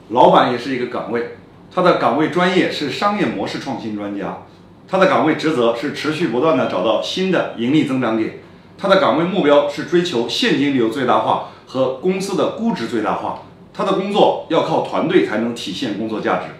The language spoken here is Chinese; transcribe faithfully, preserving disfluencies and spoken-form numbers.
老板也是一个岗位，他的岗位专业是商业模式创新专家，他的岗位职责是持续不断的找到新的盈利增长点，他的岗位目标是追求现金流最大化和公司的估值最大化，他的工作要靠团队才能体现工作价值。